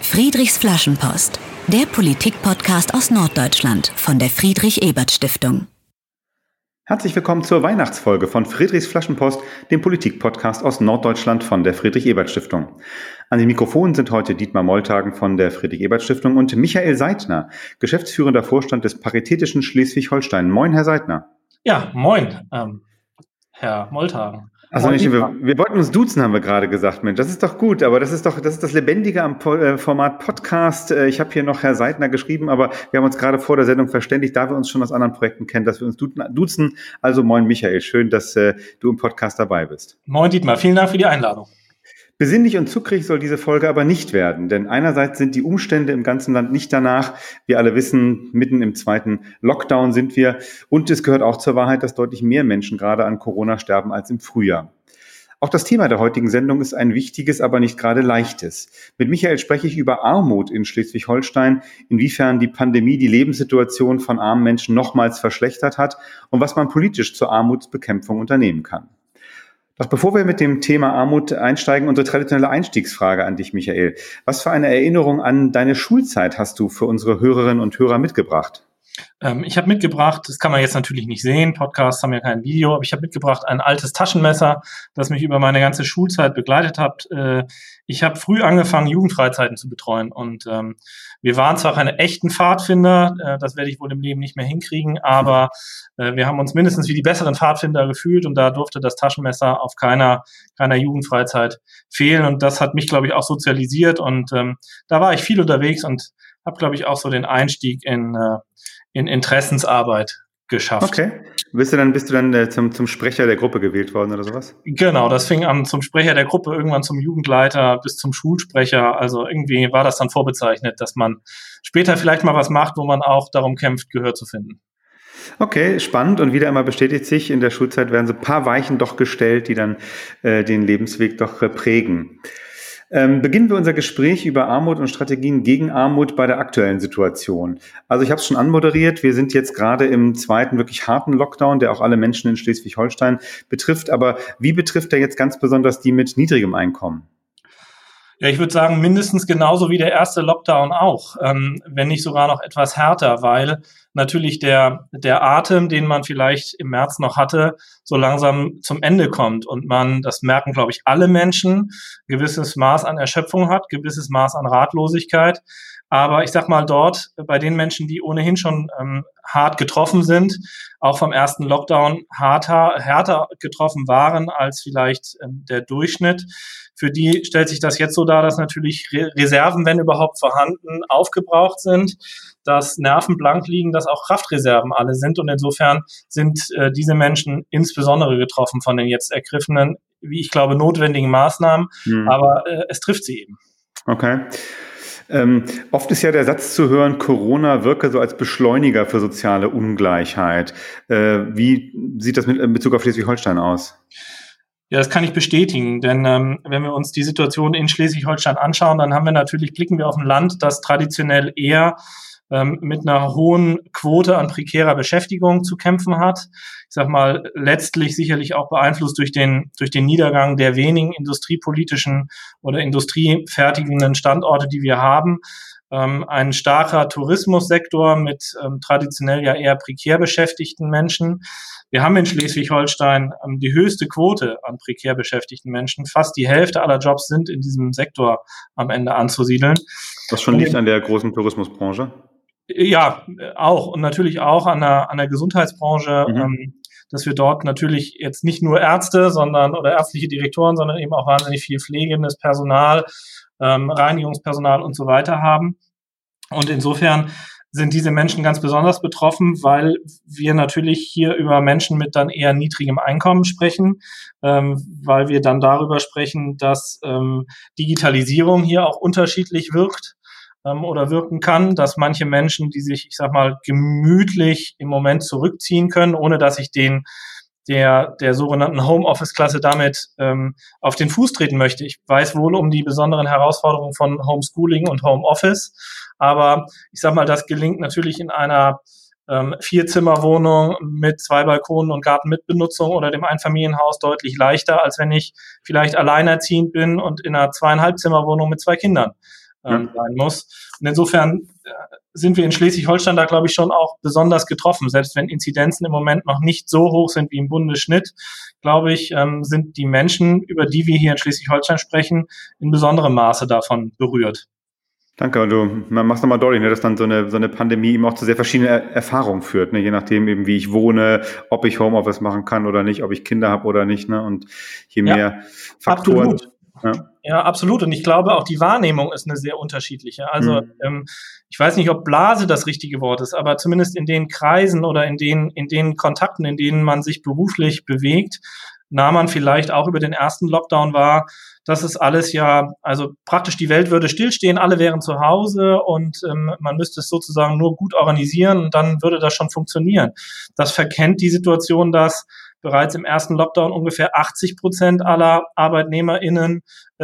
Friedrichs Flaschenpost, der Politik-Podcast aus Norddeutschland von der Friedrich-Ebert-Stiftung. Herzlich willkommen zur Weihnachtsfolge von Friedrichs Flaschenpost, dem Politik-Podcast aus Norddeutschland von der Friedrich-Ebert-Stiftung. An den Mikrofonen sind heute Dietmar Moltagen von der Friedrich-Ebert-Stiftung und Michael Seitner, geschäftsführender Vorstand des Paritätischen Schleswig-Holstein. Moin, Herr Seitner. Ja, moin, Herr Moltagen. Also wir wollten uns duzen, haben wir gerade gesagt. Mensch, das ist doch gut, aber das ist das Lebendige am Format Podcast. Ich habe hier noch Herr Seitner geschrieben, aber wir haben uns gerade vor der Sendung verständigt, da wir uns schon aus anderen Projekten kennen, dass wir uns duzen. Also moin Michael, schön, dass du im Podcast dabei bist. Moin Dietmar, vielen Dank für die Einladung. Besinnlich und zuckrig soll diese Folge aber nicht werden, denn einerseits sind die Umstände im ganzen Land nicht danach. Wir alle wissen, mitten im zweiten Lockdown sind wir und es gehört auch zur Wahrheit, dass deutlich mehr Menschen gerade an Corona sterben als im Frühjahr. Auch das Thema der heutigen Sendung ist ein wichtiges, aber nicht gerade leichtes. Mit Michael spreche ich über Armut in Schleswig-Holstein, inwiefern die Pandemie die Lebenssituation von armen Menschen nochmals verschlechtert hat und was man politisch zur Armutsbekämpfung unternehmen kann. Doch bevor wir mit dem Thema Armut einsteigen, unsere traditionelle Einstiegsfrage an dich, Michael. Was für eine Erinnerung an deine Schulzeit hast du für unsere Hörerinnen und Hörer mitgebracht? Ich habe mitgebracht, das kann man jetzt natürlich nicht sehen, Podcasts haben ja kein Video, aber ich habe mitgebracht ein altes Taschenmesser, das mich über meine ganze Schulzeit begleitet hat. Ich habe früh angefangen, Jugendfreizeiten zu betreuen und wir waren zwar keine echten Pfadfinder, das werde ich wohl im Leben nicht mehr hinkriegen, aber wir haben uns mindestens wie die besseren Pfadfinder gefühlt und da durfte das Taschenmesser auf keiner Jugendfreizeit fehlen und das hat mich, glaube ich, auch sozialisiert und da war ich viel unterwegs und habe, glaube ich, auch so den Einstieg in Interessensarbeit geschafft. Okay. Bist du dann zum Sprecher der Gruppe gewählt worden oder sowas? Genau, das fing an zum Sprecher der Gruppe, irgendwann zum Jugendleiter bis zum Schulsprecher. Also irgendwie war das dann vorbezeichnet, dass man später vielleicht mal was macht, wo man auch darum kämpft, Gehör zu finden. Okay, spannend und wieder einmal bestätigt sich, in der Schulzeit werden so ein paar Weichen doch gestellt, die dann den Lebensweg doch prägen. Beginnen wir unser Gespräch über Armut und Strategien gegen Armut bei der aktuellen Situation. Also ich habe es schon anmoderiert, wir sind jetzt gerade im zweiten wirklich harten Lockdown, der auch alle Menschen in Schleswig-Holstein betrifft. Aber wie betrifft er jetzt ganz besonders die mit niedrigem Einkommen? Ja, ich würde sagen, mindestens genauso wie der erste Lockdown auch, wenn nicht sogar noch etwas härter, weil natürlich der Atem, den man vielleicht im März noch hatte, so langsam zum Ende kommt und man, das merken, glaube ich, alle Menschen, gewisses Maß an Erschöpfung hat, gewisses Maß an Ratlosigkeit. Aber ich sag mal dort, bei den Menschen, die ohnehin schon hart getroffen sind, auch vom ersten Lockdown härter getroffen waren als vielleicht der Durchschnitt, für die stellt sich das jetzt so dar, dass natürlich Reserven, wenn überhaupt vorhanden, aufgebraucht sind, dass Nerven blank liegen, dass auch Kraftreserven alle sind. Und insofern sind diese Menschen insbesondere getroffen von den jetzt ergriffenen, wie ich glaube, notwendigen Maßnahmen. Aber es trifft sie eben. Okay. Oft ist ja der Satz zu hören, Corona wirke so als Beschleuniger für soziale Ungleichheit. Wie sieht das in Bezug auf Schleswig-Holstein aus? Ja, das kann ich bestätigen, denn wenn wir uns die Situation in Schleswig-Holstein anschauen, dann blicken wir auf ein Land, das traditionell eher mit einer hohen Quote an prekärer Beschäftigung zu kämpfen hat. Ich sag mal, letztlich sicherlich auch beeinflusst durch den Niedergang der wenigen industriepolitischen oder industriefertigenden Standorte, die wir haben. Ein starker Tourismussektor mit traditionell ja eher prekär beschäftigten Menschen. Wir haben in Schleswig-Holstein die höchste Quote an prekär beschäftigten Menschen. Fast die Hälfte aller Jobs sind in diesem Sektor am Ende anzusiedeln. Was schon liegt an der großen Tourismusbranche? Ja, auch und natürlich auch an der Gesundheitsbranche, dass wir dort natürlich jetzt nicht nur Ärzte, oder ärztliche Direktoren, sondern eben auch wahnsinnig viel pflegendes Personal, Reinigungspersonal und so weiter haben. Und insofern sind diese Menschen ganz besonders betroffen, weil wir natürlich hier über Menschen mit dann eher niedrigem Einkommen sprechen, weil wir dann darüber sprechen, dass Digitalisierung hier auch unterschiedlich wirkt oder wirken kann, dass manche Menschen, die sich, ich sag mal, gemütlich im Moment zurückziehen können, ohne dass ich der sogenannten Homeoffice-Klasse damit auf den Fuß treten möchte. Ich weiß wohl um die besonderen Herausforderungen von Homeschooling und Homeoffice, aber ich sag mal, das gelingt natürlich in einer 4-Zimmer-Wohnung mit 2 Balkonen und Gartenmitbenutzung oder dem Einfamilienhaus deutlich leichter, als wenn ich vielleicht alleinerziehend bin und in einer 2,5-Zimmer-Wohnung mit 2 Kindern sein muss. Und insofern sind wir in Schleswig-Holstein da, glaube ich, schon auch besonders getroffen. Selbst wenn Inzidenzen im Moment noch nicht so hoch sind wie im Bundesschnitt, glaube ich, sind die Menschen, über die wir hier in Schleswig-Holstein sprechen, in besonderem Maße davon berührt. Danke. Und man macht nochmal deutlich, dass dann so eine Pandemie eben auch zu sehr verschiedenen Erfahrungen führt, je nachdem eben, wie ich wohne, ob ich Homeoffice machen kann oder nicht, ob ich Kinder habe oder nicht. Und je mehr Faktoren. Absolut. Ja, absolut. Und ich glaube, auch die Wahrnehmung ist eine sehr unterschiedliche. Also ich weiß nicht, ob Blase das richtige Wort ist, aber zumindest in den Kreisen oder in den Kontakten, in denen man sich beruflich bewegt, nahm man vielleicht auch über den ersten Lockdown wahr, dass es alles also praktisch die Welt würde stillstehen, alle wären zu Hause und man müsste es sozusagen nur gut organisieren und dann würde das schon funktionieren. Das verkennt die Situation, dass bereits im ersten Lockdown ungefähr 80% aller ArbeitnehmerInnen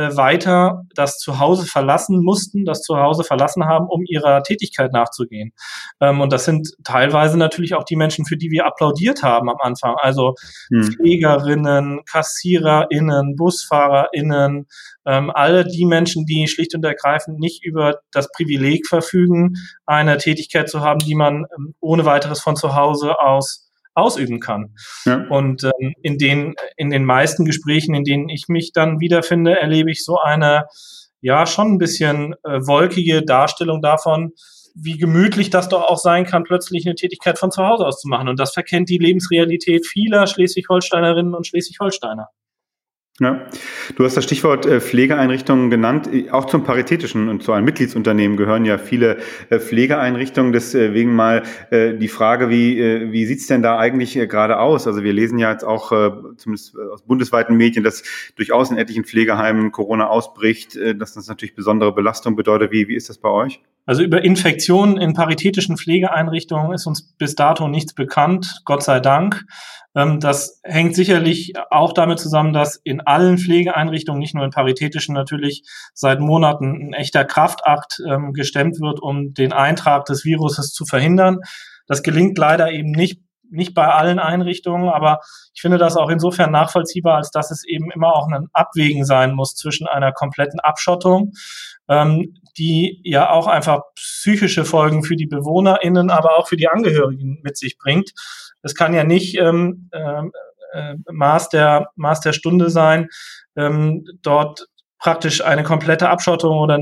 weiter das Zuhause verlassen mussten, das Zuhause verlassen haben, um ihrer Tätigkeit nachzugehen. Und das sind teilweise natürlich auch die Menschen, für die wir applaudiert haben am Anfang. Also Pflegerinnen, KassiererInnen, BusfahrerInnen, alle die Menschen, die schlicht und ergreifend nicht über das Privileg verfügen, eine Tätigkeit zu haben, die man ohne weiteres von zu Hause aus ausüben kann. Ja. Und in den meisten Gesprächen, in denen ich mich dann wiederfinde, erlebe ich so eine, schon ein bisschen wolkige Darstellung davon, wie gemütlich das doch auch sein kann, plötzlich eine Tätigkeit von zu Hause aus zu machen. Und das verkennt die Lebensrealität vieler Schleswig-Holsteinerinnen und Schleswig-Holsteiner. Ja, du hast das Stichwort Pflegeeinrichtungen genannt. Auch zum Paritätischen und zu einem Mitgliedsunternehmen gehören ja viele Pflegeeinrichtungen. Deswegen mal die Frage, wie sieht's denn da eigentlich gerade aus? Also wir lesen ja jetzt auch zumindest aus bundesweiten Medien, dass durchaus in etlichen Pflegeheimen Corona ausbricht, dass das natürlich besondere Belastung bedeutet. Wie ist das bei euch? Also über Infektionen in paritätischen Pflegeeinrichtungen ist uns bis dato nichts bekannt, Gott sei Dank. Das hängt sicherlich auch damit zusammen, dass in allen Pflegeeinrichtungen, nicht nur in paritätischen, natürlich seit Monaten ein echter Kraftakt gestemmt wird, um den Eintrag des Viruses zu verhindern. Das gelingt leider eben nicht bei allen Einrichtungen, aber ich finde das auch insofern nachvollziehbar, als dass es eben immer auch ein Abwägen sein muss zwischen einer kompletten Abschottung, die ja auch einfach psychische Folgen für die BewohnerInnen, aber auch für die Angehörigen mit sich bringt. Es kann ja nicht Maß der Stunde sein, dort praktisch eine komplette Abschottung oder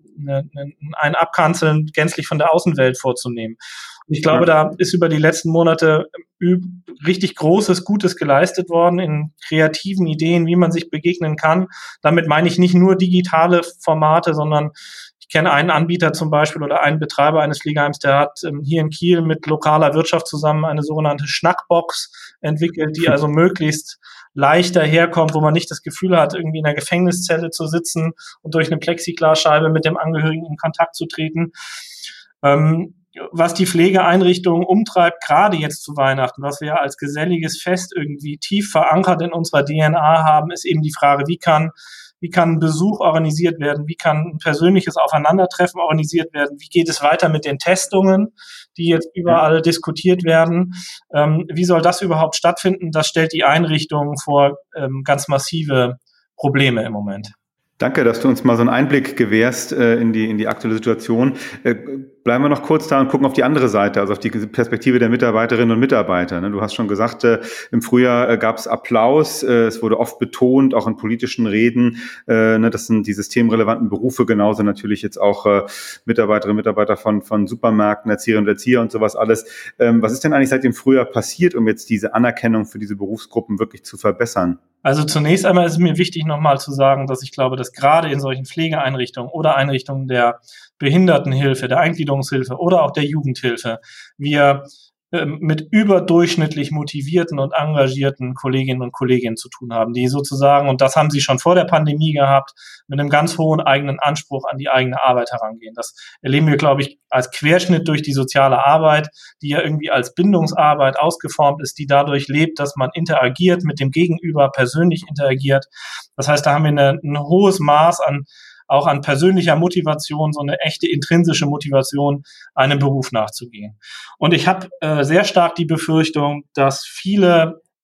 ein Abkanzeln gänzlich von der Außenwelt vorzunehmen. Und ich glaube, da ist über die letzten Monate richtig Großes, Gutes geleistet worden in kreativen Ideen, wie man sich begegnen kann. Damit meine ich nicht nur digitale Formate, sondern ich kenne einen Anbieter zum Beispiel oder einen Betreiber eines Pflegeheims, der hat hier in Kiel mit lokaler Wirtschaft zusammen eine sogenannte Schnackbox entwickelt, die also möglichst leichter herkommt, wo man nicht das Gefühl hat, irgendwie in einer Gefängniszelle zu sitzen und durch eine Plexiglasscheibe mit dem Angehörigen in Kontakt zu treten. Was die Pflegeeinrichtungen umtreibt, gerade jetzt zu Weihnachten, was wir als geselliges Fest irgendwie tief verankert in unserer DNA haben, ist eben die Frage, wie kann ein Besuch organisiert werden, wie kann ein persönliches Aufeinandertreffen organisiert werden, wie geht es weiter mit den Testungen, die jetzt überall diskutiert werden, wie soll das überhaupt stattfinden? Das stellt die Einrichtung vor ganz massive Probleme im Moment. Danke, dass du uns mal so einen Einblick gewährst in die aktuelle Situation. Bleiben wir noch kurz da und gucken auf die andere Seite, also auf die Perspektive der Mitarbeiterinnen und Mitarbeiter. Du hast schon gesagt, im Frühjahr gab es Applaus. Es wurde oft betont, auch in politischen Reden, das sind die systemrelevanten Berufe, genauso natürlich jetzt auch Mitarbeiterinnen und Mitarbeiter von Supermärkten, Erzieherinnen und Erzieher und sowas alles. Was ist denn eigentlich seit dem Frühjahr passiert, um jetzt diese Anerkennung für diese Berufsgruppen wirklich zu verbessern? Also zunächst einmal ist es mir wichtig, nochmal zu sagen, dass ich glaube, dass gerade in solchen Pflegeeinrichtungen oder Einrichtungen der Behindertenhilfe, der Eingliederungshilfe oder auch der Jugendhilfe wir mit überdurchschnittlich motivierten und engagierten Kolleginnen und Kollegen zu tun haben, die sozusagen, und das haben sie schon vor der Pandemie gehabt, mit einem ganz hohen eigenen Anspruch an die eigene Arbeit herangehen. Das erleben wir, glaube ich, als Querschnitt durch die soziale Arbeit, die ja irgendwie als Bindungsarbeit ausgeformt ist, die dadurch lebt, dass man interagiert mit dem Gegenüber, persönlich interagiert. Das heißt, da haben wir ein hohes Maß auch an persönlicher Motivation, so eine echte intrinsische Motivation, einem Beruf nachzugehen. Und ich habe sehr stark die Befürchtung, dass viele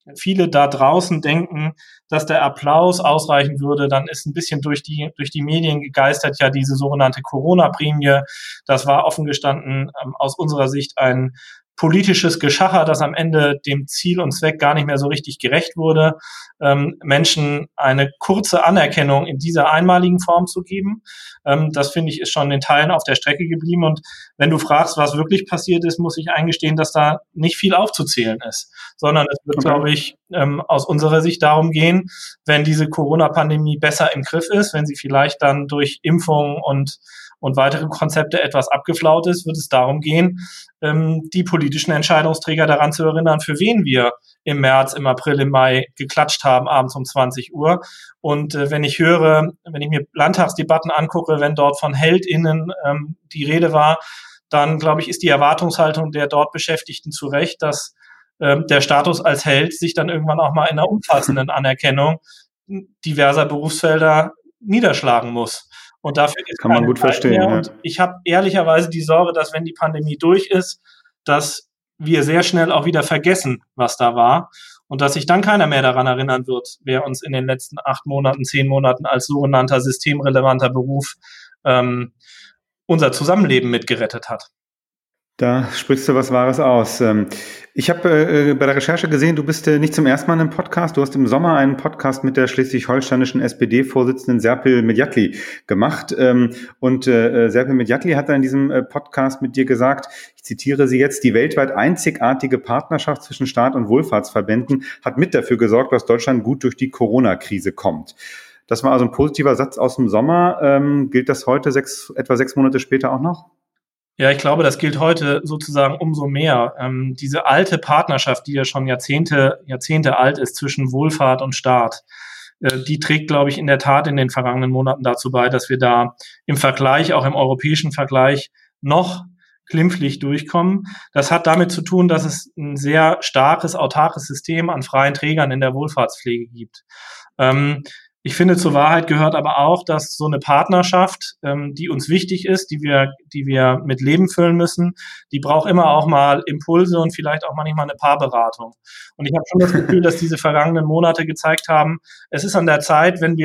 viele da draußen denken, dass der Applaus ausreichen würde, dann ist ein bisschen durch die Medien gegeistert ja diese sogenannte Corona-Prämie. Das war offen gestanden aus unserer Sicht ein politisches Geschacher, das am Ende dem Ziel und Zweck gar nicht mehr so richtig gerecht wurde, Menschen eine kurze Anerkennung in dieser einmaligen Form zu geben. Das, finde ich, ist schon in Teilen auf der Strecke geblieben. Und wenn du fragst, was wirklich passiert ist, muss ich eingestehen, dass da nicht viel aufzuzählen ist, sondern es wird, glaube ich, aus unserer Sicht darum gehen, wenn diese Corona-Pandemie besser im Griff ist, wenn sie vielleicht dann durch Impfungen und weitere Konzepte etwas abgeflaut ist, wird es darum gehen, die politischen Entscheidungsträger daran zu erinnern, für wen wir im März, im April, im Mai geklatscht haben, abends um 20 Uhr. Und wenn ich mir Landtagsdebatten angucke, wenn dort von HeldInnen die Rede war, dann, glaube ich, ist die Erwartungshaltung der dort Beschäftigten zu Recht, dass der Status als Held sich dann irgendwann auch mal in einer umfassenden Anerkennung diverser Berufsfelder niederschlagen muss. Und dafür ist kann man gut verstehen. Ja. Und ich habe ehrlicherweise die Sorge, dass wenn die Pandemie durch ist, dass wir sehr schnell auch wieder vergessen, was da war und dass sich dann keiner mehr daran erinnern wird, wer uns in den letzten 8 Monaten, 10 Monaten als sogenannter systemrelevanter Beruf unser Zusammenleben mitgerettet hat. Da sprichst du was Wahres aus. Ich habe bei der Recherche gesehen, du bist nicht zum ersten Mal in einem Podcast. Du hast im Sommer einen Podcast mit der schleswig-holsteinischen SPD-Vorsitzenden Serpil Medjatli gemacht. Und Serpil Medjatli hat dann in diesem Podcast mit dir gesagt, ich zitiere sie jetzt, die weltweit einzigartige Partnerschaft zwischen Staat und Wohlfahrtsverbänden hat mit dafür gesorgt, dass Deutschland gut durch die Corona-Krise kommt. Das war also ein positiver Satz aus dem Sommer. Gilt das heute, etwa 6 Monate später auch noch? Ja, ich glaube, das gilt heute sozusagen umso mehr. Diese alte Partnerschaft, die ja schon Jahrzehnte alt ist zwischen Wohlfahrt und Staat, die trägt, glaube ich, in der Tat in den vergangenen Monaten dazu bei, dass wir da im Vergleich, auch im europäischen Vergleich, noch glimpflich durchkommen. Das hat damit zu tun, dass es ein sehr starkes, autarkes System an freien Trägern in der Wohlfahrtspflege gibt. Ich finde, zur Wahrheit gehört aber auch, dass so eine Partnerschaft, die uns wichtig ist, die wir mit Leben füllen müssen, die braucht immer auch mal Impulse und vielleicht auch manchmal eine Paarberatung. Und ich habe schon das Gefühl, dass diese vergangenen Monate gezeigt haben, es ist an der Zeit, wenn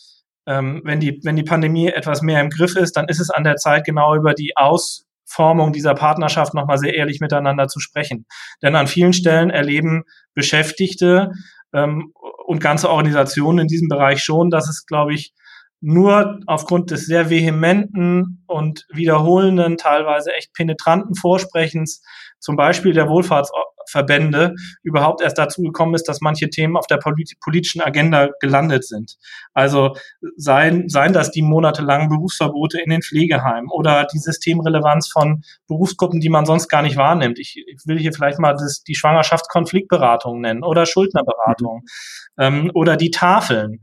die Pandemie etwas mehr im Griff ist, dann ist es an der Zeit, genau über die Ausformung dieser Partnerschaft nochmal sehr ehrlich miteinander zu sprechen. Denn an vielen Stellen erleben Beschäftigte und ganze Organisationen in diesem Bereich schon, dass es, glaube ich, nur aufgrund des sehr vehementen und wiederholenden, teilweise echt penetranten Vorsprechens, zum Beispiel der Wohlfahrtsverbände, überhaupt erst dazu gekommen ist, dass manche Themen auf der politischen Agenda gelandet sind. Also seien das die monatelangen Berufsverbote in den Pflegeheimen oder die Systemrelevanz von Berufsgruppen, die man sonst gar nicht wahrnimmt. Ich will hier vielleicht mal die Schwangerschaftskonfliktberatung nennen oder Schuldnerberatung oder die Tafeln.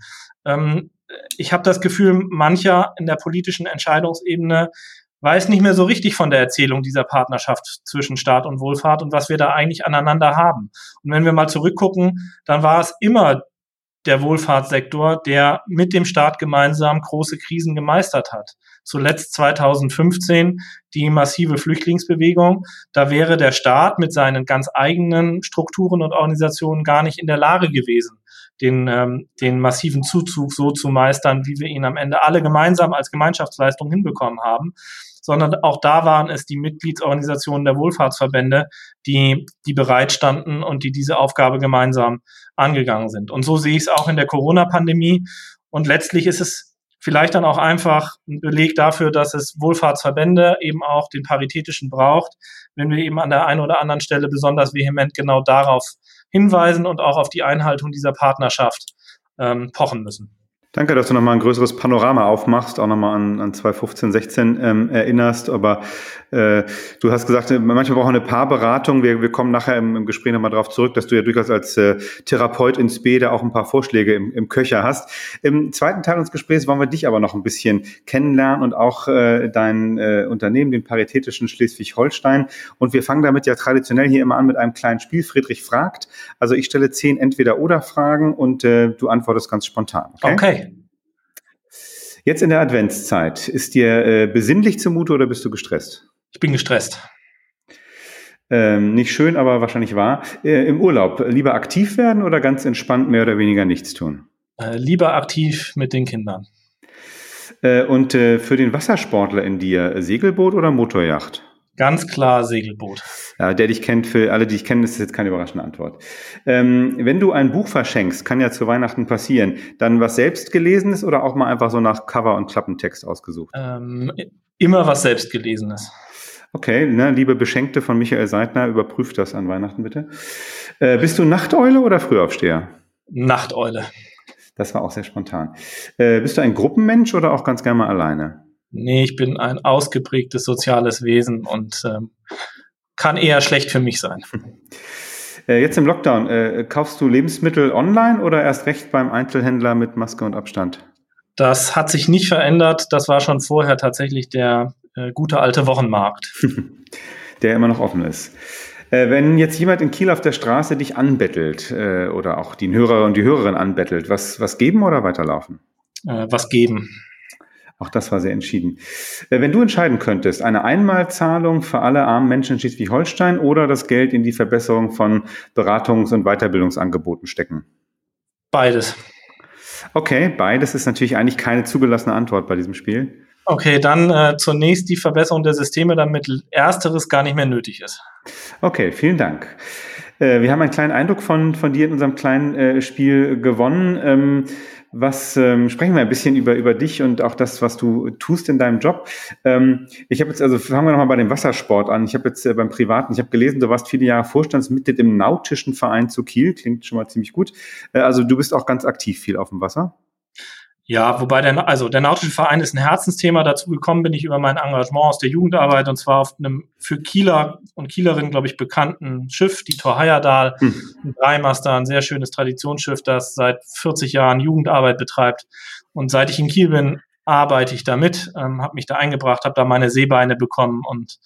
Ich habe das Gefühl, mancher in der politischen Entscheidungsebene weiß nicht mehr so richtig von der Erzählung dieser Partnerschaft zwischen Staat und Wohlfahrt und was wir da eigentlich aneinander haben. Und wenn wir mal zurückgucken, dann war es immer der Wohlfahrtssektor, der mit dem Staat gemeinsam große Krisen gemeistert hat. Zuletzt 2015 die massive Flüchtlingsbewegung. Da wäre der Staat mit seinen ganz eigenen Strukturen und Organisationen gar nicht in der Lage gewesen, den massiven Zuzug so zu meistern, wie wir ihn am Ende alle gemeinsam als Gemeinschaftsleistung hinbekommen haben, sondern auch da waren es die Mitgliedsorganisationen der Wohlfahrtsverbände, die bereitstanden und die diese Aufgabe gemeinsam angegangen sind. Und so sehe ich es auch in der Corona-Pandemie. Und letztlich ist es vielleicht dann auch einfach ein Beleg dafür, dass es Wohlfahrtsverbände eben auch den Paritätischen braucht, wenn wir eben an der einen oder anderen Stelle besonders vehement genau darauf hinweisen und auch auf die Einhaltung dieser Partnerschaft pochen müssen. Danke, dass du nochmal ein größeres Panorama aufmachst, auch nochmal an 2015, 16 erinnerst. Aber du hast gesagt, manchmal brauchen wir eine Paarberatung. Wir kommen nachher im Gespräch nochmal darauf zurück, dass du ja durchaus als Therapeut in Spe da auch ein paar Vorschläge im Köcher hast. Im zweiten Teil unseres Gesprächs wollen wir dich aber noch ein bisschen kennenlernen und auch dein Unternehmen, den Paritätischen Schleswig-Holstein. Und wir fangen damit ja traditionell hier immer an mit einem kleinen Spiel. Friedrich fragt. Also ich stelle 10 Entweder-oder-Fragen und du antwortest ganz spontan. Okay. Jetzt in der Adventszeit, ist dir besinnlich zumute oder bist du gestresst? Ich bin gestresst. Nicht schön, aber wahrscheinlich wahr. Im Urlaub lieber aktiv werden oder ganz entspannt mehr oder weniger nichts tun? Lieber aktiv mit den Kindern. Und für den Wassersportler in dir, Segelboot oder Motoryacht? Ganz klar Segelboot. Ja, der dich kennt, für alle, die dich kennen, ist das jetzt keine überraschende Antwort. Wenn du ein Buch verschenkst, kann ja zu Weihnachten passieren, dann was Selbstgelesenes oder auch mal einfach so nach Cover und Klappentext ausgesucht? Immer was Selbstgelesenes. Okay, liebe Beschenkte von Michael Seidner, überprüft das an Weihnachten bitte. Bist du Nachteule oder Frühaufsteher? Nachteule. Das war auch sehr spontan. Bist du ein Gruppenmensch oder auch ganz gerne mal alleine? Nee, ich bin ein ausgeprägtes soziales Wesen und kann eher schlecht für mich sein. Jetzt im Lockdown, kaufst du Lebensmittel online oder erst recht beim Einzelhändler mit Maske und Abstand? Das hat sich nicht verändert. Das war schon vorher tatsächlich der gute alte Wochenmarkt. Der immer noch offen ist. Wenn jetzt jemand in Kiel auf der Straße dich anbettelt oder auch den Hörer und die Hörerin anbettelt, was geben oder weiterlaufen? Was geben. Auch das war sehr entschieden. Wenn du entscheiden könntest, eine Einmalzahlung für alle armen Menschen in Schleswig-Holstein oder das Geld in die Verbesserung von Beratungs- und Weiterbildungsangeboten stecken? Beides. Okay, beides ist natürlich eigentlich keine zugelassene Antwort bei diesem Spiel. Okay, dann zunächst die Verbesserung der Systeme, damit Ersteres gar nicht mehr nötig ist. Okay, vielen Dank. Wir haben einen kleinen Eindruck von dir in unserem kleinen Spiel gewonnen. Sprechen wir ein bisschen über dich und auch das, was du tust in deinem Job. Fangen wir nochmal bei dem Wassersport an. Ich habe jetzt beim Privaten, ich habe gelesen, du warst viele Jahre Vorstandsmitglied im Nautischen Verein zu Kiel. Klingt schon mal ziemlich gut. Also du bist auch ganz aktiv viel auf dem Wasser. Ja, wobei der Nautische Verein ist ein Herzensthema. Dazu gekommen bin ich über mein Engagement aus der Jugendarbeit und zwar auf einem für Kieler und Kielerinnen, glaube ich, bekannten Schiff, die Thor Heyerdahl, ein Dreimaster, ein sehr schönes Traditionsschiff, das seit 40 Jahren Jugendarbeit betreibt. Und seit ich in Kiel bin, arbeite ich damit, habe mich da eingebracht, habe da meine Seebeine bekommen und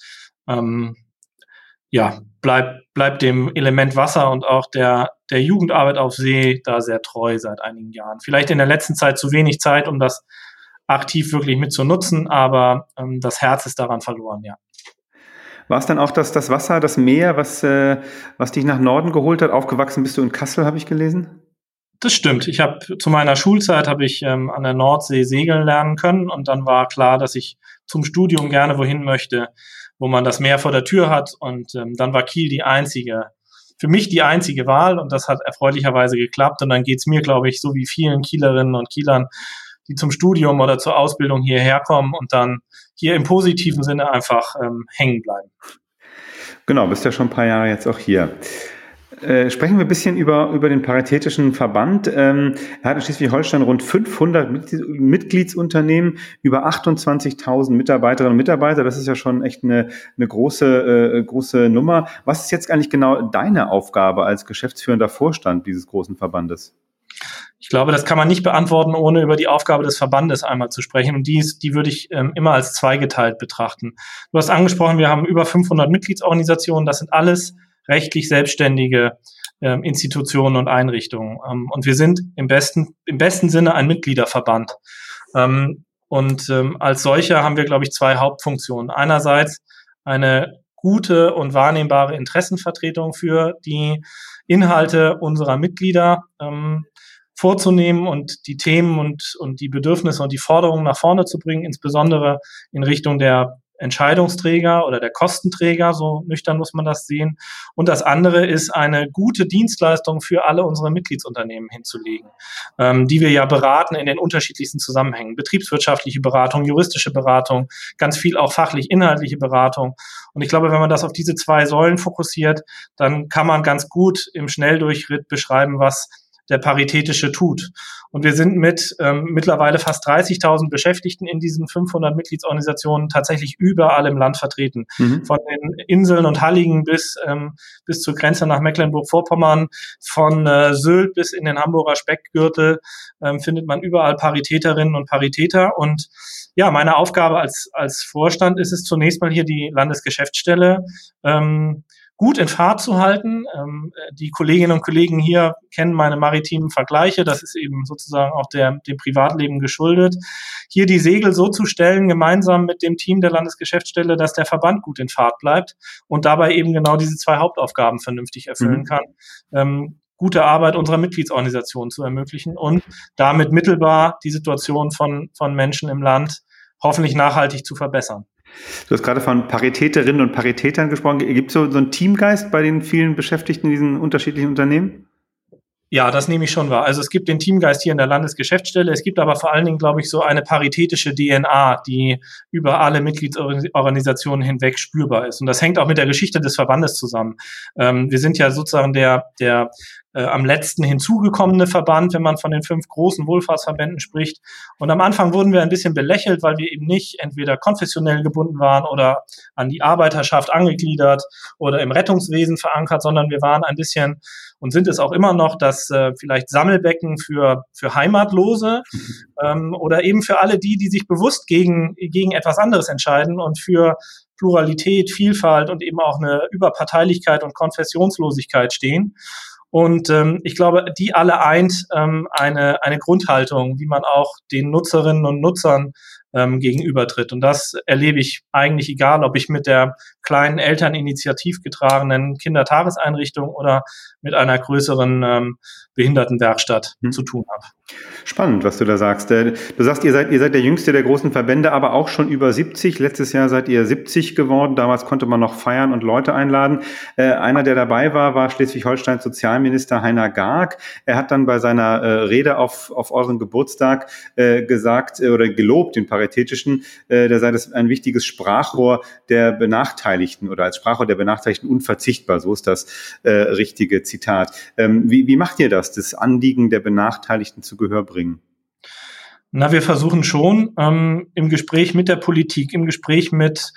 bleib dem Element Wasser und auch der Jugendarbeit auf See da sehr treu seit einigen Jahren. Vielleicht in der letzten Zeit zu wenig Zeit, um das aktiv wirklich mitzunutzen, aber das Herz ist daran verloren, ja. War es dann auch das Wasser, das Meer, was dich nach Norden geholt hat? Aufgewachsen bist du in Kassel, habe ich gelesen? Das stimmt. Zu meiner Schulzeit habe ich an der Nordsee segeln lernen können und dann war klar, dass ich zum Studium gerne wohin möchte, wo man das Meer vor der Tür hat und dann war Kiel für mich die einzige Wahl und das hat erfreulicherweise geklappt und dann geht's mir, glaube ich, so wie vielen Kielerinnen und Kielern, die zum Studium oder zur Ausbildung hierher kommen und dann hier im positiven Sinne einfach hängen bleiben. Genau, bist ja schon ein paar Jahre jetzt auch hier. Sprechen wir ein bisschen über den Paritätischen Verband. Er hat in Schleswig-Holstein rund 500 Mitgliedsunternehmen, über 28.000 Mitarbeiterinnen und Mitarbeiter. Das ist ja schon echt eine große Nummer. Was ist jetzt eigentlich genau deine Aufgabe als geschäftsführender Vorstand dieses großen Verbandes? Ich glaube, das kann man nicht beantworten, ohne über die Aufgabe des Verbandes einmal zu sprechen. Und die würde ich immer als zweigeteilt betrachten. Du hast angesprochen, wir haben über 500 Mitgliedsorganisationen. Das sind alles rechtlich selbstständige Institutionen und Einrichtungen. Und wir sind im besten Sinne ein Mitgliederverband. Als solcher haben wir, glaube ich, zwei Hauptfunktionen. Einerseits eine gute und wahrnehmbare Interessenvertretung für die Inhalte unserer Mitglieder vorzunehmen und die Themen und die Bedürfnisse und die Forderungen nach vorne zu bringen, insbesondere in Richtung der Entscheidungsträger oder der Kostenträger, so nüchtern muss man das sehen. Und das andere ist, eine gute Dienstleistung für alle unsere Mitgliedsunternehmen hinzulegen, die wir ja beraten in den unterschiedlichsten Zusammenhängen. Betriebswirtschaftliche Beratung, juristische Beratung, ganz viel auch fachlich-inhaltliche Beratung. Und ich glaube, wenn man das auf diese zwei Säulen fokussiert, dann kann man ganz gut im Schnelldurchritt beschreiben, was der Paritätische tut. Und wir sind mit mittlerweile fast 30.000 Beschäftigten in diesen 500 Mitgliedsorganisationen tatsächlich überall im Land vertreten. Von den Inseln und Halligen bis zur Grenze nach Mecklenburg-Vorpommern, von Sylt bis in den Hamburger Speckgürtel findet man überall Paritäterinnen und Paritäter. Und ja, meine Aufgabe als Vorstand ist es zunächst mal hier die Landesgeschäftsstelle gut in Fahrt zu halten. Die Kolleginnen und Kollegen hier kennen meine maritimen Vergleiche. Das ist eben sozusagen auch dem Privatleben geschuldet. Hier die Segel so zu stellen, gemeinsam mit dem Team der Landesgeschäftsstelle, dass der Verband gut in Fahrt bleibt und dabei eben genau diese 2 Hauptaufgaben vernünftig erfüllen kann. Gute Arbeit unserer Mitgliedsorganisationen zu ermöglichen und damit mittelbar die Situation von Menschen im Land hoffentlich nachhaltig zu verbessern. Du hast gerade von Paritäterinnen und Paritätern gesprochen. Gibt es so einen Teamgeist bei den vielen Beschäftigten in diesen unterschiedlichen Unternehmen? Ja, das nehme ich schon wahr. Also es gibt den Teamgeist hier in der Landesgeschäftsstelle. Es gibt aber vor allen Dingen, glaube ich, so eine paritätische DNA, die über alle Mitgliedsorganisationen hinweg spürbar ist. Und das hängt auch mit der Geschichte des Verbandes zusammen. Wir sind ja sozusagen der am letzten hinzugekommene Verband, wenn man von den 5 großen Wohlfahrtsverbänden spricht. Und am Anfang wurden wir ein bisschen belächelt, weil wir eben nicht entweder konfessionell gebunden waren oder an die Arbeiterschaft angegliedert oder im Rettungswesen verankert, sondern wir waren ein bisschen und sind es auch immer noch das vielleicht Sammelbecken für Heimatlose oder eben für alle die sich bewusst gegen etwas anderes entscheiden und für Pluralität, Vielfalt und eben auch eine Überparteilichkeit und Konfessionslosigkeit stehen. Und ich glaube, die alle eint eine Grundhaltung, wie man auch den Nutzerinnen und Nutzern gegenübertritt. Und das erlebe ich eigentlich egal, ob ich mit der kleinen Elterninitiativ getragenen Kindertageseinrichtung oder mit einer größeren Behindertenwerkstatt zu tun habe. Spannend, was du da sagst. Du sagst, ihr seid der jüngste der großen Verbände, aber auch schon über 70. Letztes Jahr seid ihr 70 geworden. Damals konnte man noch feiern und Leute einladen. Einer, der dabei war Schleswig-Holsteins Sozialminister Heiner Garg. Er hat dann bei seiner Rede auf euren Geburtstag gesagt oder gelobt, den paritätischen, der sei das ein wichtiges Sprachrohr der Benachteiligten oder als Sprachrohr der Benachteiligten unverzichtbar. So ist das richtige Zitat. Wie macht ihr das Anliegen der Benachteiligten zu Gehör bringen? Na, wir versuchen schon im Gespräch mit der Politik, im Gespräch mit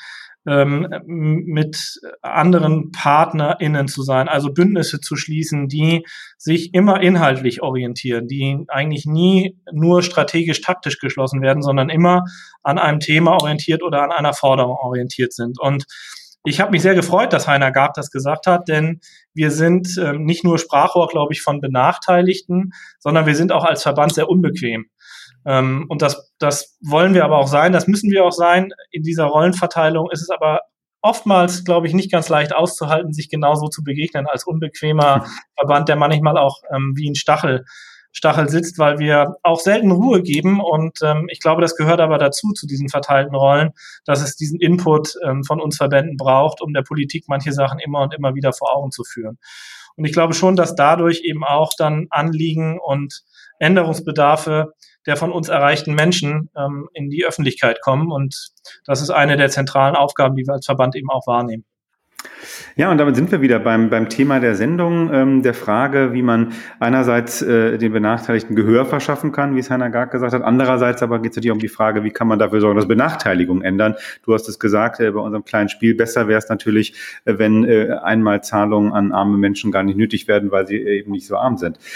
anderen PartnerInnen zu sein, also Bündnisse zu schließen, die sich immer inhaltlich orientieren, die eigentlich nie nur strategisch-taktisch geschlossen werden, sondern immer an einem Thema orientiert oder an einer Forderung orientiert sind. Und ich habe mich sehr gefreut, dass Heiner Garg das gesagt hat, denn wir sind nicht nur Sprachrohr, glaube ich, von Benachteiligten, sondern wir sind auch als Verband sehr unbequem. Und das wollen wir aber auch sein, das müssen wir auch sein. In dieser Rollenverteilung ist es aber oftmals, glaube ich, nicht ganz leicht auszuhalten, sich genauso zu begegnen als unbequemer Verband, der manchmal auch wie ein Stachel sitzt, weil wir auch selten Ruhe geben. Und ich glaube, das gehört aber dazu, zu diesen verteilten Rollen, dass es diesen Input von uns Verbänden braucht, um der Politik manche Sachen immer und immer wieder vor Augen zu führen. Und ich glaube schon, dass dadurch eben auch dann Anliegen und Änderungsbedarfe der von uns erreichten Menschen in die Öffentlichkeit kommen. Und das ist eine der zentralen Aufgaben, die wir als Verband eben auch wahrnehmen. Ja, und damit sind wir wieder beim Thema der Sendung, der Frage, wie man einerseits den Benachteiligten Gehör verschaffen kann, wie es Heiner Garg gesagt hat. Andererseits aber geht es natürlich um die Frage, wie kann man dafür sorgen, dass Benachteiligungen ändern. Du hast es gesagt, bei unserem kleinen Spiel, besser wäre es natürlich, wenn Einmalzahlungen an arme Menschen gar nicht nötig werden, weil sie eben nicht so arm sind.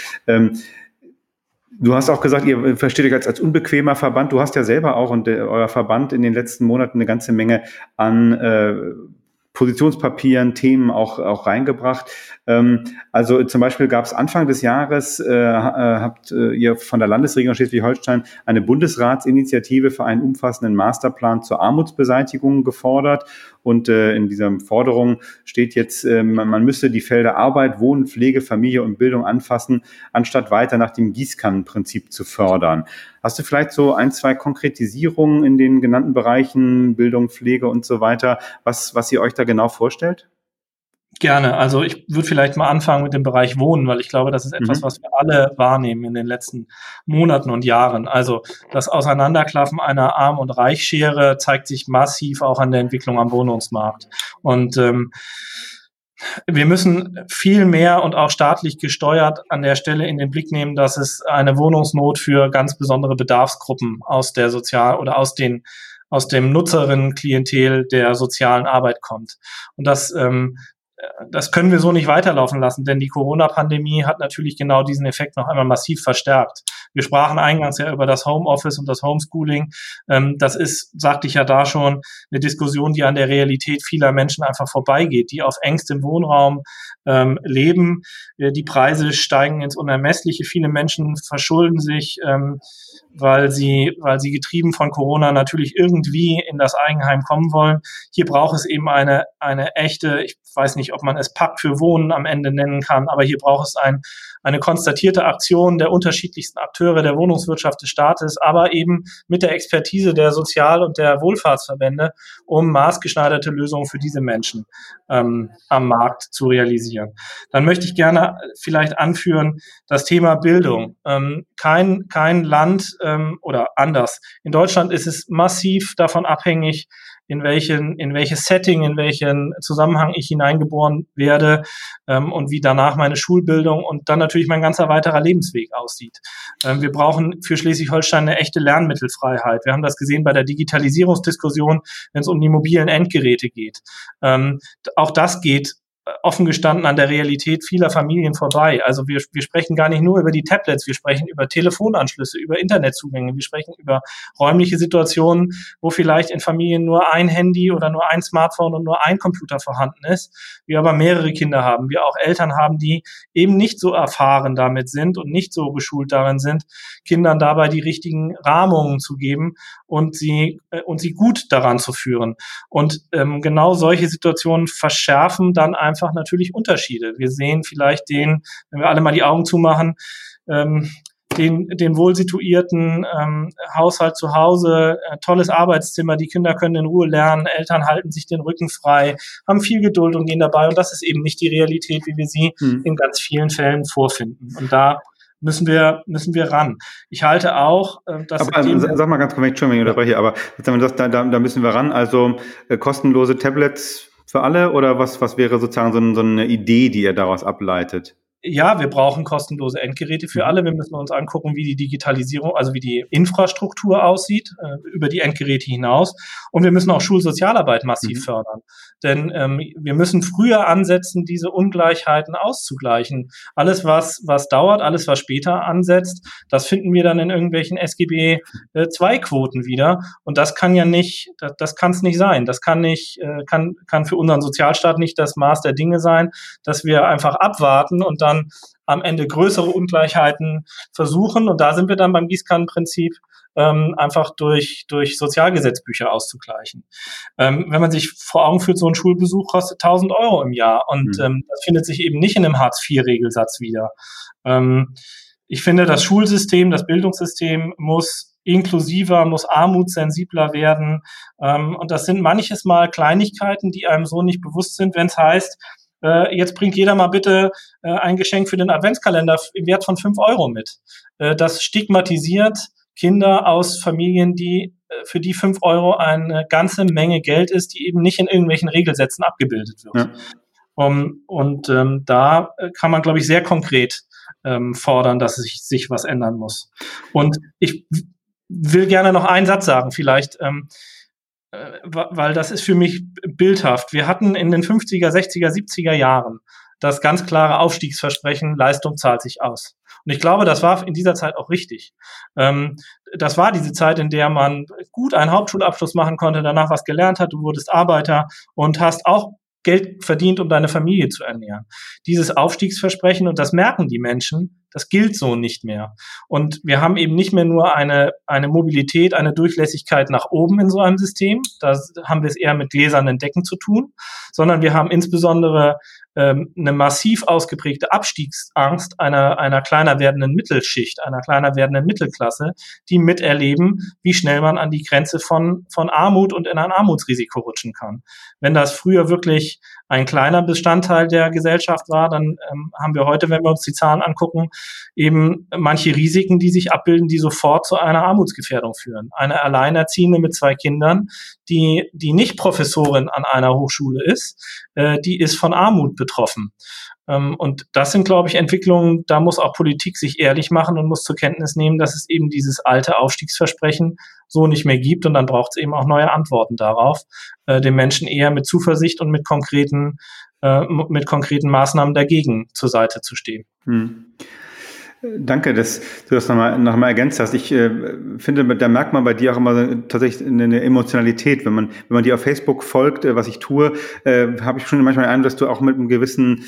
Du hast auch gesagt, ihr versteht euch als unbequemer Verband. Du hast ja selber auch und euer Verband in den letzten Monaten eine ganze Menge an Positionspapieren, Themen auch reingebracht. Also zum Beispiel gab es Anfang des Jahres, habt ihr von der Landesregierung Schleswig-Holstein eine Bundesratsinitiative für einen umfassenden Masterplan zur Armutsbeseitigung gefordert. Und in dieser Forderung steht jetzt, man müsse die Felder Arbeit, Wohnen, Pflege, Familie und Bildung anfassen, anstatt weiter nach dem Gießkannenprinzip zu fördern. Hast du vielleicht so 1, 2 Konkretisierungen in den genannten Bereichen, Bildung, Pflege und so weiter, was ihr euch da genau vorstellt? Gerne. Also ich würde vielleicht mal anfangen mit dem Bereich Wohnen, weil ich glaube, das ist etwas, was wir alle wahrnehmen in den letzten Monaten und Jahren. Also das Auseinanderklaffen einer Arm- und Reichsschere zeigt sich massiv auch an der Entwicklung am Wohnungsmarkt. Und wir müssen viel mehr und auch staatlich gesteuert an der Stelle in den Blick nehmen, dass es eine Wohnungsnot für ganz besondere Bedarfsgruppen aus der aus dem Nutzerinnenklientel der sozialen Arbeit kommt. Und das das können wir so nicht weiterlaufen lassen, denn die Corona-Pandemie hat natürlich genau diesen Effekt noch einmal massiv verstärkt. Wir sprachen eingangs ja über das Homeoffice und das Homeschooling. Das ist, sagte ich ja da schon, eine Diskussion, die an der Realität vieler Menschen einfach vorbeigeht, die auf engstem Wohnraum leben. Die Preise steigen ins Unermessliche. Viele Menschen verschulden sich, weil sie getrieben von Corona natürlich irgendwie in das Eigenheim kommen wollen. Hier braucht es eben eine echte, ich weiß nicht, ob man es Pakt für Wohnen am Ende nennen kann, aber hier braucht es eine konstatierte Aktion der unterschiedlichsten Akteure der Wohnungswirtschaft des Staates, aber eben mit der Expertise der Sozial- und der Wohlfahrtsverbände, um maßgeschneiderte Lösungen für diese Menschen am Markt zu realisieren. Dann möchte ich gerne vielleicht anführen das Thema Bildung. Kein Land oder anders. In Deutschland ist es massiv davon abhängig, in welches Setting, in welchen Zusammenhang ich hineingeboren werde und wie danach meine Schulbildung und dann natürlich mein ganzer weiterer Lebensweg aussieht. Wir brauchen für Schleswig-Holstein eine echte Lernmittelfreiheit. Wir haben das gesehen bei der Digitalisierungsdiskussion, wenn es um die mobilen Endgeräte geht. Auch das geht offen gestanden an der Realität vieler Familien vorbei. Also wir sprechen gar nicht nur über die Tablets, wir sprechen über Telefonanschlüsse, über Internetzugänge, wir sprechen über räumliche Situationen, wo vielleicht in Familien nur ein Handy oder nur ein Smartphone und nur ein Computer vorhanden ist, wir aber mehrere Kinder haben, wir auch Eltern haben, die eben nicht so erfahren damit sind und nicht so geschult darin sind, Kindern dabei die richtigen Rahmungen zu geben und sie gut daran zu führen. Und genau solche Situationen verschärfen dann einfach natürlich Unterschiede. Wir sehen vielleicht wenn wir alle mal die Augen zumachen, den wohlsituierten Haushalt zu Hause, tolles Arbeitszimmer, die Kinder können in Ruhe lernen, Eltern halten sich den Rücken frei, haben viel Geduld und gehen dabei. Und das ist eben nicht die Realität, wie wir sie in ganz vielen Fällen vorfinden. Und da müssen wir ran. Ich halte auch, dass... Aber sag mal ganz korrekt, Entschuldigung, ich unterbreche, aber da müssen wir ran. Also kostenlose Tablets für alle oder was wäre sozusagen so eine Idee, die ihr daraus ableitet? Ja, wir brauchen kostenlose Endgeräte für alle. Wir müssen uns angucken, wie die Digitalisierung, also wie die Infrastruktur aussieht, über die Endgeräte hinaus. Und wir müssen auch Schulsozialarbeit massiv fördern. Denn wir müssen früher ansetzen, diese Ungleichheiten auszugleichen. Alles, was dauert, alles, was später ansetzt, das finden wir dann in irgendwelchen SGB-II-Quoten wieder. Und das kann ja nicht, das kann es nicht sein. Das kann für unseren Sozialstaat nicht das Maß der Dinge sein, dass wir einfach abwarten und dann am Ende größere Ungleichheiten versuchen. Und da sind wir dann beim Gießkannenprinzip, einfach durch Sozialgesetzbücher auszugleichen. Wenn man sich vor Augen führt, so ein Schulbesuch kostet 1.000 Euro im Jahr und das findet sich eben nicht in einem Hartz-IV-Regelsatz wieder. Ich finde, das Schulsystem, das Bildungssystem muss inklusiver, muss armutssensibler werden. Und das sind manches Mal Kleinigkeiten, die einem so nicht bewusst sind, wenn es heißt, jetzt bringt jeder mal bitte ein Geschenk für den Adventskalender im Wert von 5 Euro mit. Das stigmatisiert Kinder aus Familien, für die 5 Euro eine ganze Menge Geld ist, die eben nicht in irgendwelchen Regelsätzen abgebildet wird. Ja. Da kann man, glaube ich, sehr konkret fordern, dass sich was ändern muss. Und ich will gerne noch einen Satz sagen, vielleicht, weil das ist für mich bildhaft. Wir hatten in den 50er, 60er, 70er Jahren das ganz klare Aufstiegsversprechen, Leistung zahlt sich aus. Und ich glaube, das war in dieser Zeit auch richtig. Das war diese Zeit, in der man gut einen Hauptschulabschluss machen konnte, danach was gelernt hat, du wurdest Arbeiter und hast auch Geld verdient, um deine Familie zu ernähren. Dieses Aufstiegsversprechen, und das merken die Menschen, das gilt so nicht mehr. Und wir haben eben nicht mehr nur eine Mobilität, eine Durchlässigkeit nach oben in so einem System, da haben wir es eher mit gläsernen Decken zu tun, sondern wir haben insbesondere eine massiv ausgeprägte Abstiegsangst einer kleiner werdenden Mittelschicht, einer kleiner werdenden Mittelklasse, die miterleben, wie schnell man an die Grenze von Armut und in ein Armutsrisiko rutschen kann. Wenn das früher wirklich ein kleiner Bestandteil der Gesellschaft war, dann haben wir heute, wenn wir uns die Zahlen angucken, eben manche Risiken, die sich abbilden, die sofort zu einer Armutsgefährdung führen. Eine Alleinerziehende mit 2 Kindern, die nicht Professorin an einer Hochschule ist, die ist von Armut betroffen. Und das sind, glaube ich, Entwicklungen, da muss auch Politik sich ehrlich machen und muss zur Kenntnis nehmen, dass es eben dieses alte Aufstiegsversprechen so nicht mehr gibt. Und dann braucht es eben auch neue Antworten darauf, den Menschen eher mit Zuversicht und mit konkreten mit konkreten Maßnahmen dagegen zur Seite zu stehen. Danke, dass du das nochmal ergänzt hast. Ich finde, da merkt man bei dir auch immer tatsächlich eine Emotionalität. Wenn man dir auf Facebook folgt, was ich tue, habe ich schon manchmal den Eindruck, dass du auch mit einem gewissen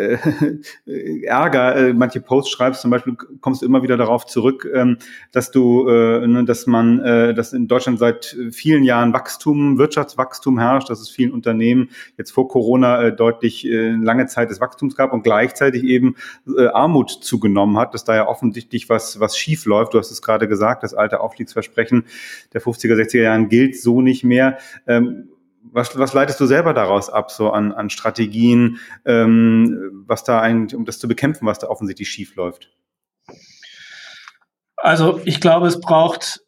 Ärger manche Posts schreibst. Zum Beispiel kommst du immer wieder darauf zurück, dass dass in Deutschland seit vielen Jahren Wirtschaftswachstum herrscht, dass es vielen Unternehmen jetzt vor Corona deutlich lange Zeit des Wachstums gab und gleichzeitig eben Armut zugenommen hat, dass da ja offensichtlich was schief läuft. Du hast es gerade gesagt, das alte Aufstiegsversprechen der 50er, 60er Jahren gilt so nicht mehr. Was leitest du selber daraus ab, so an Strategien, was da eigentlich, um das zu bekämpfen, was da offensichtlich schief läuft? Also ich glaube, es braucht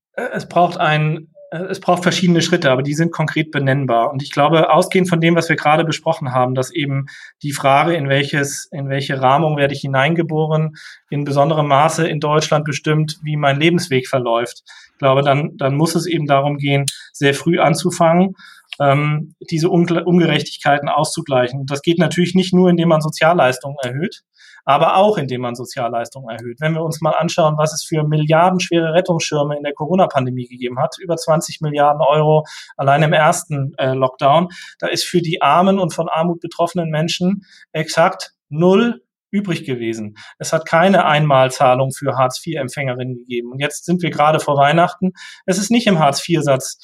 verschiedene Schritte, aber die sind konkret benennbar. Und ich glaube, ausgehend von dem, was wir gerade besprochen haben, dass eben die Frage, in welche Rahmung werde ich hineingeboren, in besonderem Maße in Deutschland bestimmt, wie mein Lebensweg verläuft. Ich glaube, dann muss es eben darum gehen, sehr früh anzufangen, diese Ungerechtigkeiten auszugleichen. Und das geht natürlich nicht nur, indem man Sozialleistungen erhöht, aber auch indem man Sozialleistungen erhöht. Wenn wir uns mal anschauen, was es für milliardenschwere Rettungsschirme in der Corona-Pandemie gegeben hat, über 20 Milliarden Euro allein im ersten Lockdown, da ist für die armen und von Armut betroffenen Menschen exakt 0 übrig gewesen. Es hat keine Einmalzahlung für Hartz-IV-Empfängerinnen gegeben. Und jetzt sind wir gerade vor Weihnachten. Es ist nicht im Hartz-IV-Satz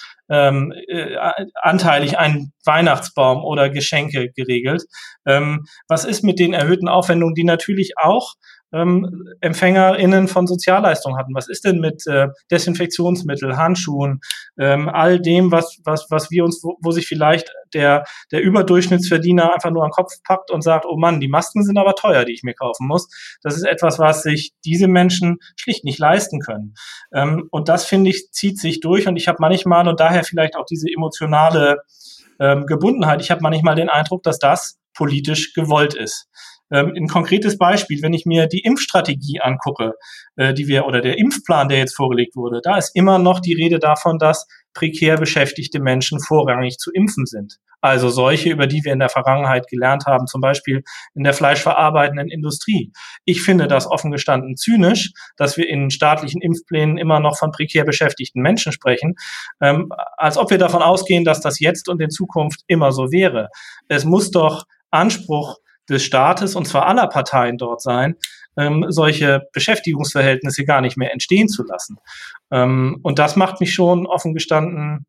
anteilig ein Weihnachtsbaum oder Geschenke geregelt. Was ist mit den erhöhten Aufwendungen, die natürlich auch EmpfängerInnen von Sozialleistungen hatten? Was ist denn mit Desinfektionsmittel, Handschuhen, all dem, was wir uns, wo sich vielleicht der Überdurchschnittsverdiener einfach nur an den Kopf packt und sagt, oh Mann, die Masken sind aber teuer, die ich mir kaufen muss. Das ist etwas, was sich diese Menschen schlicht nicht leisten können. Und das, finde ich, zieht sich durch. Und ich habe manchmal, und daher vielleicht auch diese emotionale Gebundenheit, ich habe manchmal den Eindruck, dass das politisch gewollt ist. Ein konkretes Beispiel, wenn ich mir die Impfstrategie angucke, oder der Impfplan, der jetzt vorgelegt wurde, da ist immer noch die Rede davon, dass prekär beschäftigte Menschen vorrangig zu impfen sind. Also solche, über die wir in der Vergangenheit gelernt haben, zum Beispiel in der fleischverarbeitenden Industrie. Ich finde das offen gestanden zynisch, dass wir in staatlichen Impfplänen immer noch von prekär beschäftigten Menschen sprechen, als ob wir davon ausgehen, dass das jetzt und in Zukunft immer so wäre. Es muss doch Anspruch des Staates, und zwar aller Parteien dort sein, solche Beschäftigungsverhältnisse gar nicht mehr entstehen zu lassen. Und das macht mich schon offen gestanden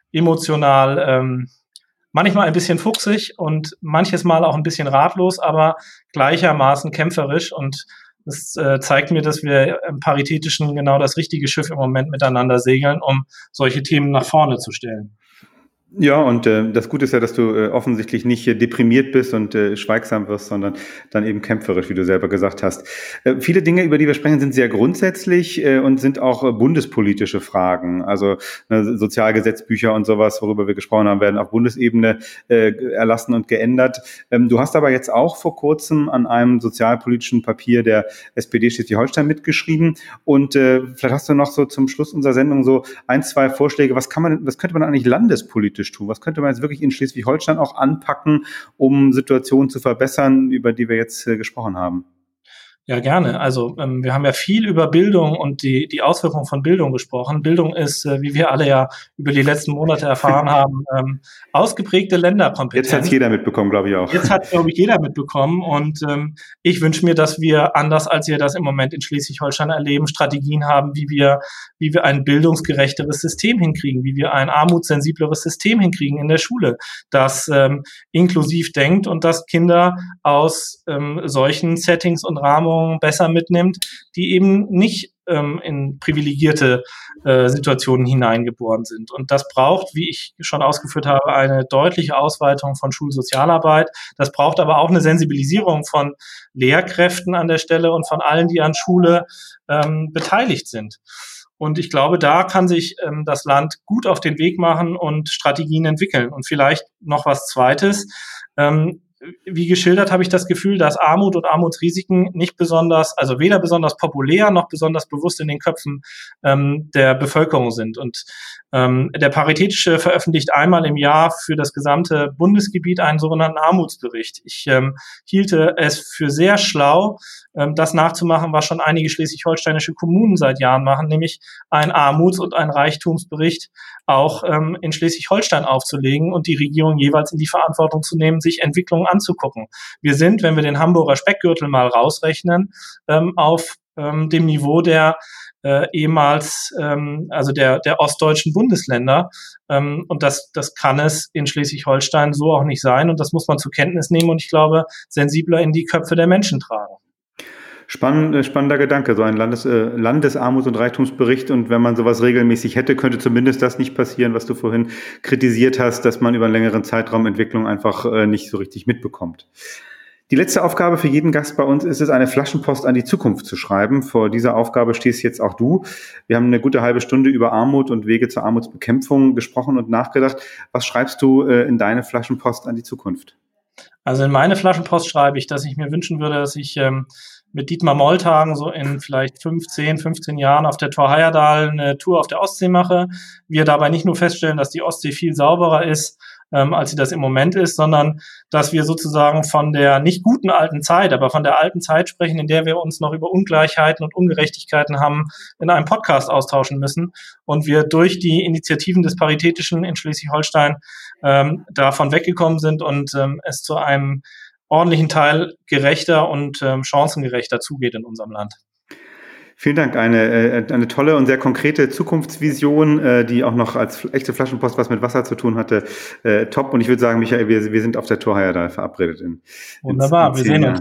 emotional manchmal ein bisschen fuchsig und manches Mal auch ein bisschen ratlos, aber gleichermaßen kämpferisch. Und das zeigt mir, dass wir im Paritätischen genau das richtige Schiff im Moment miteinander segeln, um solche Themen nach vorne zu stellen. Ja, und das Gute ist ja, dass du offensichtlich nicht deprimiert bist und schweigsam wirst, sondern dann eben kämpferisch, wie du selber gesagt hast. Viele Dinge, über die wir sprechen, sind sehr grundsätzlich und sind auch bundespolitische Fragen. Also Sozialgesetzbücher und sowas, worüber wir gesprochen haben, werden auf Bundesebene erlassen und geändert. Du hast aber jetzt auch vor kurzem an einem sozialpolitischen Papier der SPD Schleswig-Holstein mitgeschrieben. Und vielleicht hast du noch so zum Schluss unserer Sendung so 1, 2 Vorschläge. Was könnte man eigentlich landespolitisch tun? Was könnte man jetzt wirklich in Schleswig-Holstein auch anpacken, um Situationen zu verbessern, über die wir jetzt gesprochen haben? Ja, gerne. Also wir haben ja viel über Bildung und die Auswirkungen von Bildung gesprochen. Bildung ist, wie wir alle ja über die letzten Monate erfahren haben, ausgeprägte Länderkompetenz. Jetzt hat jeder mitbekommen, glaube ich auch. Jetzt hat, glaube ich, jeder mitbekommen. Und ich wünsche mir, dass wir, anders als wir das im Moment in Schleswig-Holstein erleben, Strategien haben, wie wir ein bildungsgerechteres System hinkriegen, wie wir ein armutssensibleres System hinkriegen in der Schule, das inklusiv denkt und das Kinder aus solchen Settings und Rahmungen besser mitnimmt, die eben nicht in privilegierte Situationen hineingeboren sind. Und das braucht, wie ich schon ausgeführt habe, eine deutliche Ausweitung von Schulsozialarbeit. Das braucht aber auch eine Sensibilisierung von Lehrkräften an der Stelle und von allen, die an Schule beteiligt sind. Und ich glaube, da kann sich das Land gut auf den Weg machen und Strategien entwickeln. Und vielleicht noch was Zweites. wie geschildert, habe ich das Gefühl, dass Armut und Armutsrisiken nicht besonders, also weder besonders populär noch besonders bewusst in den Köpfen der Bevölkerung sind. Und der Paritätische veröffentlicht einmal im Jahr für das gesamte Bundesgebiet einen sogenannten Armutsbericht. Ich hielte es für sehr schlau, das nachzumachen, was schon einige schleswig-holsteinische Kommunen seit Jahren machen, nämlich einen Armuts- und einen Reichtumsbericht auch in Schleswig-Holstein aufzulegen und die Regierung jeweils in die Verantwortung zu nehmen, sich Entwicklungen anzugucken. Wir sind, wenn wir den Hamburger Speckgürtel mal rausrechnen, auf dem Niveau der ehemals, also der ostdeutschen Bundesländer. Und das kann es in Schleswig-Holstein so auch nicht sein. Und das muss man zur Kenntnis nehmen und ich glaube, sensibler in die Köpfe der Menschen tragen. Spannender Gedanke, so ein Landesarmuts- und Reichtumsbericht. Und wenn man sowas regelmäßig hätte, könnte zumindest das nicht passieren, was du vorhin kritisiert hast, dass man über einen längeren Zeitraum Entwicklung einfach nicht so richtig mitbekommt. Die letzte Aufgabe für jeden Gast bei uns ist es, eine Flaschenpost an die Zukunft zu schreiben. Vor dieser Aufgabe stehst jetzt auch du. Wir haben eine gute halbe Stunde über Armut und Wege zur Armutsbekämpfung gesprochen und nachgedacht. Was schreibst du in deine Flaschenpost an die Zukunft? Also in meine Flaschenpost schreibe ich, dass ich mir wünschen würde, dass ich mit Dietmar Molltagen so in vielleicht 15 Jahren auf der Tor Heyerdahl eine Tour auf der Ostsee mache. Wir dabei nicht nur feststellen, dass die Ostsee viel sauberer ist, als sie das im Moment ist, sondern dass wir sozusagen von der nicht guten alten Zeit, aber von der alten Zeit sprechen, in der wir uns noch über Ungleichheiten und Ungerechtigkeiten haben in einem Podcast austauschen müssen und wir durch die Initiativen des Paritätischen in Schleswig-Holstein davon weggekommen sind und es zu einem ordentlichen Teil gerechter und chancengerechter zugeht in unserem Land. Vielen Dank. Eine tolle und sehr konkrete Zukunftsvision, die auch noch als echte Flaschenpost was mit Wasser zu tun hatte. Top. Und ich würde sagen, Michael, wir sind auf der Tor Heyerdahl verabredet. Wunderbar, wir sehen uns.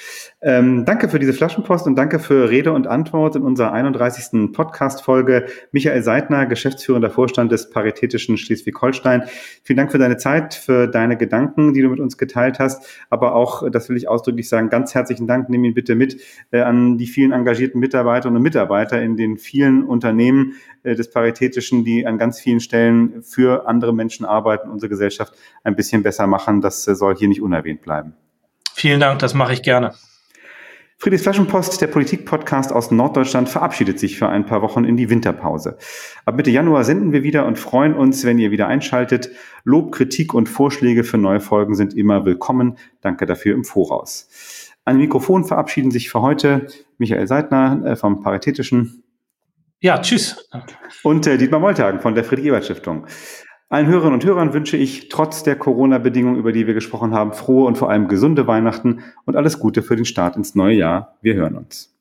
Danke für diese Flaschenpost und danke für Rede und Antwort in unserer 31. Podcast-Folge. Michael Seidner, geschäftsführender Vorstand des Paritätischen Schleswig-Holstein. Vielen Dank für deine Zeit, für deine Gedanken, die du mit uns geteilt hast. Aber auch, das will ich ausdrücklich sagen, ganz herzlichen Dank. Nimm ihn bitte mit an die vielen engagierten Mitarbeiterinnen und Mitarbeiter in den vielen Unternehmen des Paritätischen, die an ganz vielen Stellen für andere Menschen arbeiten, unsere Gesellschaft ein bisschen besser machen. Das soll hier nicht unerwähnt bleiben. Vielen Dank, das mache ich gerne. Friedrichs Flaschenpost, der Politik-Podcast aus Norddeutschland, verabschiedet sich für ein paar Wochen in die Winterpause. Ab Mitte Januar senden wir wieder und freuen uns, wenn ihr wieder einschaltet. Lob, Kritik und Vorschläge für neue Folgen sind immer willkommen. Danke dafür im Voraus. An dem Mikrofon verabschieden sich für heute Michael Seidner vom Paritätischen. Ja, tschüss. Und Dietmar Molltagen von der Friedrich-Ebert-Stiftung. Allen Hörerinnen und Hörern wünsche ich trotz der Corona-Bedingungen, über die wir gesprochen haben, frohe und vor allem gesunde Weihnachten und alles Gute für den Start ins neue Jahr. Wir hören uns.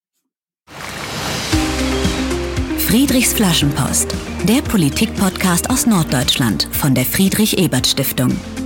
Friedrichs Flaschenpost, der Politik-Podcast aus Norddeutschland von der Friedrich-Ebert-Stiftung.